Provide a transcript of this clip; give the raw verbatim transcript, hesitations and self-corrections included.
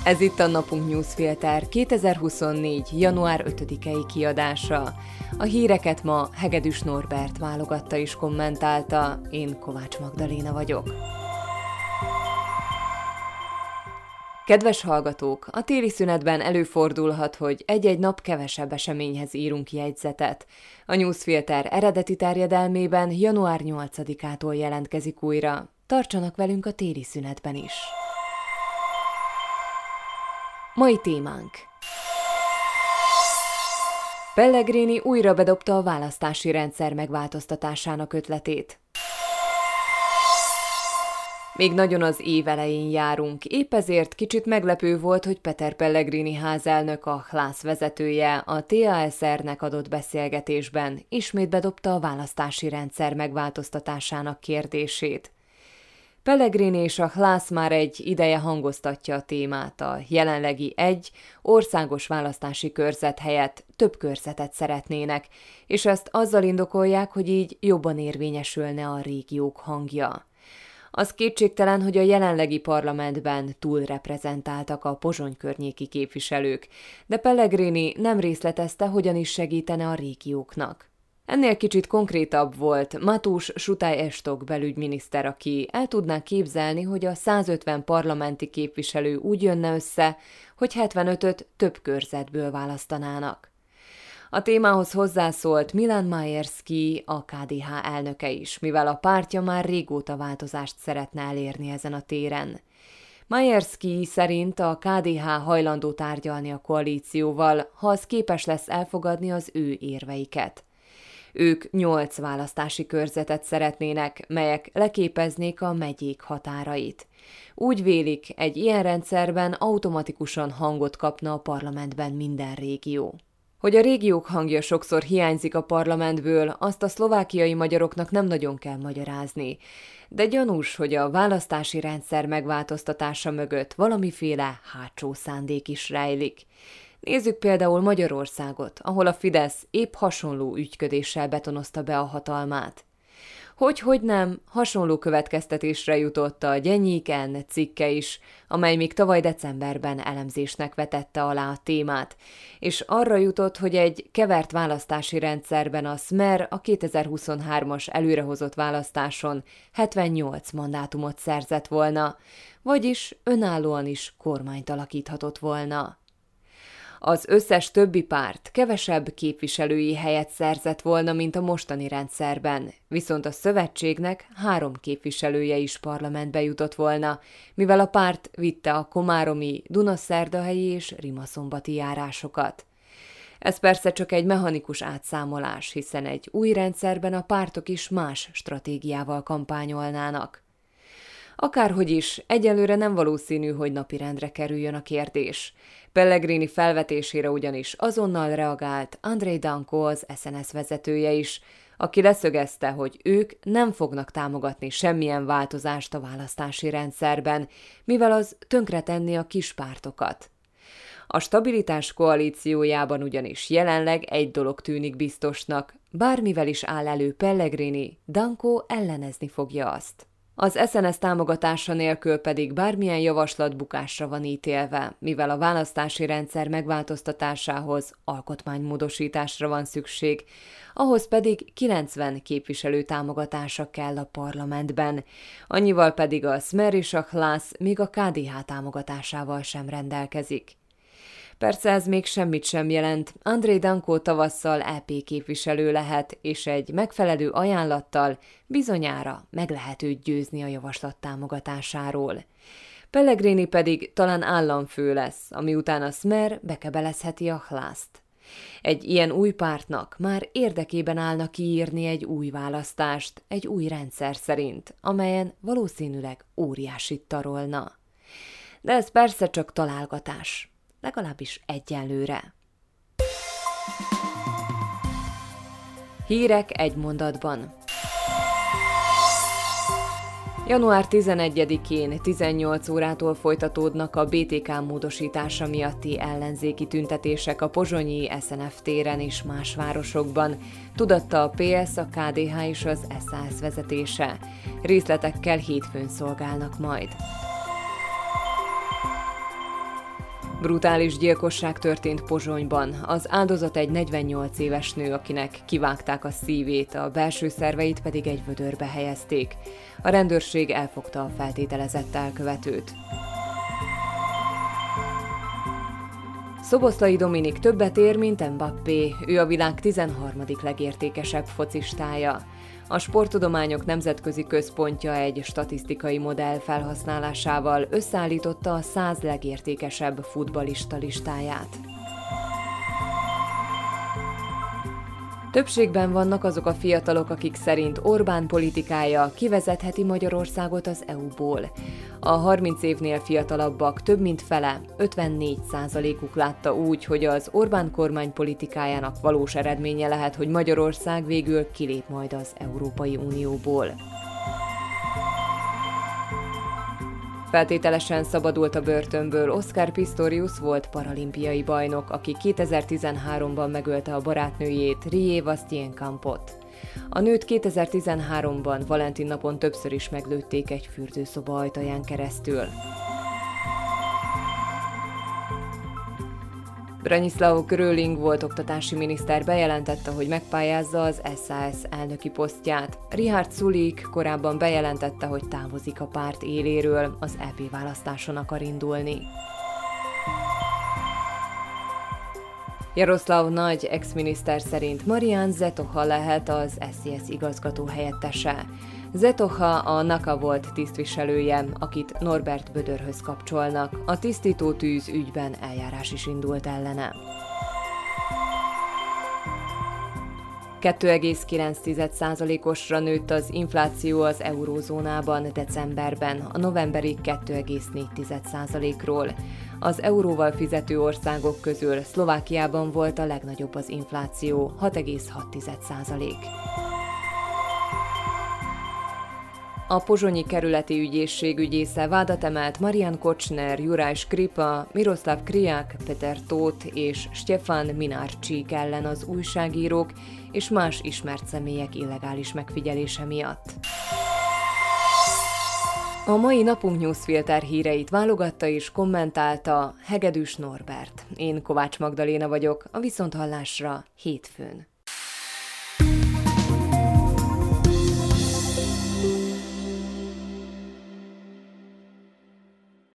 Ez itt a Napunk Newsfilter kétezer-huszonnégy. január ötödikei kiadása. A híreket ma Hegedűs Norbert válogatta és kommentálta, én Kovács Magdaléna vagyok. Kedves hallgatók, a téli szünetben előfordulhat, hogy egy-egy nap kevesebb eseményhez írunk jegyzetet. A Newsfilter eredeti terjedelmében január nyolcadikától jelentkezik újra. Tartsanak velünk a téli szünetben is! Mai témánk. Pellegrini újra bedobta a választási rendszer megváltoztatásának ötletét. Még nagyon az év elején járunk, épp ezért kicsit meglepő volt, hogy Peter Pellegrini házelnök, a Hlász vezetője a té á es er-nek adott beszélgetésben ismét bedobta a választási rendszer megváltoztatásának kérdését. Pellegrini és a Hlász már egy ideje hangoztatja a témát, a jelenlegi egy országos választási körzet helyett több körzetet szeretnének, és ezt azzal indokolják, hogy így jobban érvényesülne a régiók hangja. Az kétségtelen, hogy a jelenlegi parlamentben túlreprezentáltak a Pozsony környéki képviselők, de Pellegrini nem részletezte, hogyan is segítene a régióknak. Ennél kicsit konkrétabb volt Matús Sutály Estok belügyminiszter, aki el tudná képzelni, hogy a százötven parlamenti képviselő úgy jönne össze, hogy hetvenötöt több körzetből választanának. A témához hozzászólt Milan Majerski, a ká dé há elnöke is, mivel a pártja már régóta változást szeretne elérni ezen a téren. Majerski szerint a ká dé há hajlandó tárgyalni a koalícióval, ha az képes lesz elfogadni az ő érveiket. Ők nyolc választási körzetet szeretnének, melyek leképeznék a megyék határait. Úgy vélik, egy ilyen rendszerben automatikusan hangot kapna a parlamentben minden régió. Hogy a régiók hangja sokszor hiányzik a parlamentből, azt a szlovákiai magyaroknak nem nagyon kell magyarázni. De gyanús, hogy a választási rendszer megváltoztatása mögött valamiféle hátsó szándék is rejlik. Nézzük például Magyarországot, ahol a Fidesz épp hasonló ügyködéssel betonozta be a hatalmát. Hogy-hogy nem, hasonló következtetésre jutott a Gyenyik-en cikke is, amely még tavaly decemberben elemzésnek vetette alá a témát, és arra jutott, hogy egy kevert választási rendszerben a Smer a kétezer-huszonhármas előrehozott választáson hetvennyolc mandátumot szerzett volna, vagyis önállóan is kormányt alakíthatott volna. Az összes többi párt kevesebb képviselői helyet szerzett volna, mint a mostani rendszerben, viszont a szövetségnek három képviselője is parlamentbe jutott volna, mivel a párt vitte a komáromi, dunaszerdahelyi és rimaszombatyi járásokat. Ez persze csak egy mechanikus átszámolás, hiszen egy új rendszerben a pártok is más stratégiával kampányolnának. Akárhogy is, egyelőre nem valószínű, hogy napirendre kerüljön a kérdés. Pellegrini felvetésére ugyanis azonnal reagált Andrei Danko, az es en es vezetője is, aki leszögezte, hogy ők nem fognak támogatni semmilyen változást a választási rendszerben, mivel az tönkretenni a kis pártokat. A Stabilitás koalíciójában ugyanis jelenleg egy dolog tűnik biztosnak, bármivel is áll elő Pellegrini, Danko ellenezni fogja azt. Az es en es támogatása nélkül pedig bármilyen javaslat bukásra van ítélve, mivel a választási rendszer megváltoztatásához alkotmánymódosításra van szükség, ahhoz pedig kilencven képviselő támogatása kell a parlamentben, annyival pedig a Smer és a Hlász még a ká dé há támogatásával sem rendelkezik. Persze ez még semmit sem jelent, Andrei Danko tavasszal é pé képviselő lehet, és egy megfelelő ajánlattal bizonyára meg lehet őt győzni a javaslat támogatásáról. Pellegrini pedig talán államfő lesz, ami után a Smer bekebelezheti a Hlászt. Egy ilyen új pártnak már érdekében állna kiírni egy új választást, egy új rendszer szerint, amelyen valószínűleg óriásit tarolna. De ez persze csak találgatás. Legalábbis egyelőre. Hírek egy mondatban. január tizenegyedikén tizennyolc órától folytatódnak a bé té ká módosítása miatti ellenzéki tüntetések a pozsonyi es en ef téren és más városokban, tudatta a pé es, a ká dé há és az es á es vezetése. Részletekkel hétfőn szolgálnak majd. Brutális gyilkosság történt Pozsonyban. Az áldozat egy negyvennyolc éves nő, akinek kivágták a szívét, a belső szerveit pedig egy vödörbe helyezték. A rendőrség elfogta a feltételezett elkövetőt. Szoboszlai Dominik többet ér, mint Mbappé. Ő a világ tizenharmadik legértékesebb focistája. A Sporttudományok Nemzetközi Központja egy statisztikai modell felhasználásával összeállította a száz legértékesebb futballista listáját. Többségben vannak azok a fiatalok, akik szerint Orbán politikája kivezetheti Magyarországot az é u-ból. A harminc évnél fiatalabbak több mint fele, ötvennégy százalékuk látta úgy, hogy az Orbán kormány politikájának valós eredménye lehet, hogy Magyarország végül kilép majd az Európai Unióból. Feltételesen szabadult a börtönből Oscar Pistorius volt paralimpiai bajnok, aki kétezer-tizenháromban megölte a barátnőjét, Rijeva Steenkampot. A nőt kétezer-tizenháromban Valentin napon többször is meglőtték egy fürdőszoba ajtaján keresztül. Branislav Gröling volt oktatási miniszter bejelentette, hogy megpályázza az es zé es elnöki posztját. Richard Sulik korábban bejelentette, hogy távozik a párt éléről, az é pé választáson akar indulni. Jaroszlav Nagy ex-miniszter szerint Marian Zetoha lehet az es zé es igazgató helyettese. Zetoha a NAKA volt tisztviselője, akit Norbert Bödörhöz kapcsolnak. A tisztító tűz ügyben eljárás is indult ellene. kettő egész kilenc százalékosra nőtt az infláció az eurózónában decemberben, a novemberi kettő egész négy százalékról. Az euróval fizető országok közül Szlovákiában volt a legnagyobb az infláció, hat egész hat százalék. A pozsonyi kerületi ügyészség ügyésze vádat emelt Marian Kocsner, Juraj Skripa, Miroslav Kriák, Peter Tóth és Stefan Minárcsík ellen az újságírók és más ismert személyek illegális megfigyelése miatt. A mai Napunk Newsfilter híreit válogatta és kommentálta Hegedűs Norbert. Én Kovács Magdaléna vagyok, a viszonthallásra hétfőn.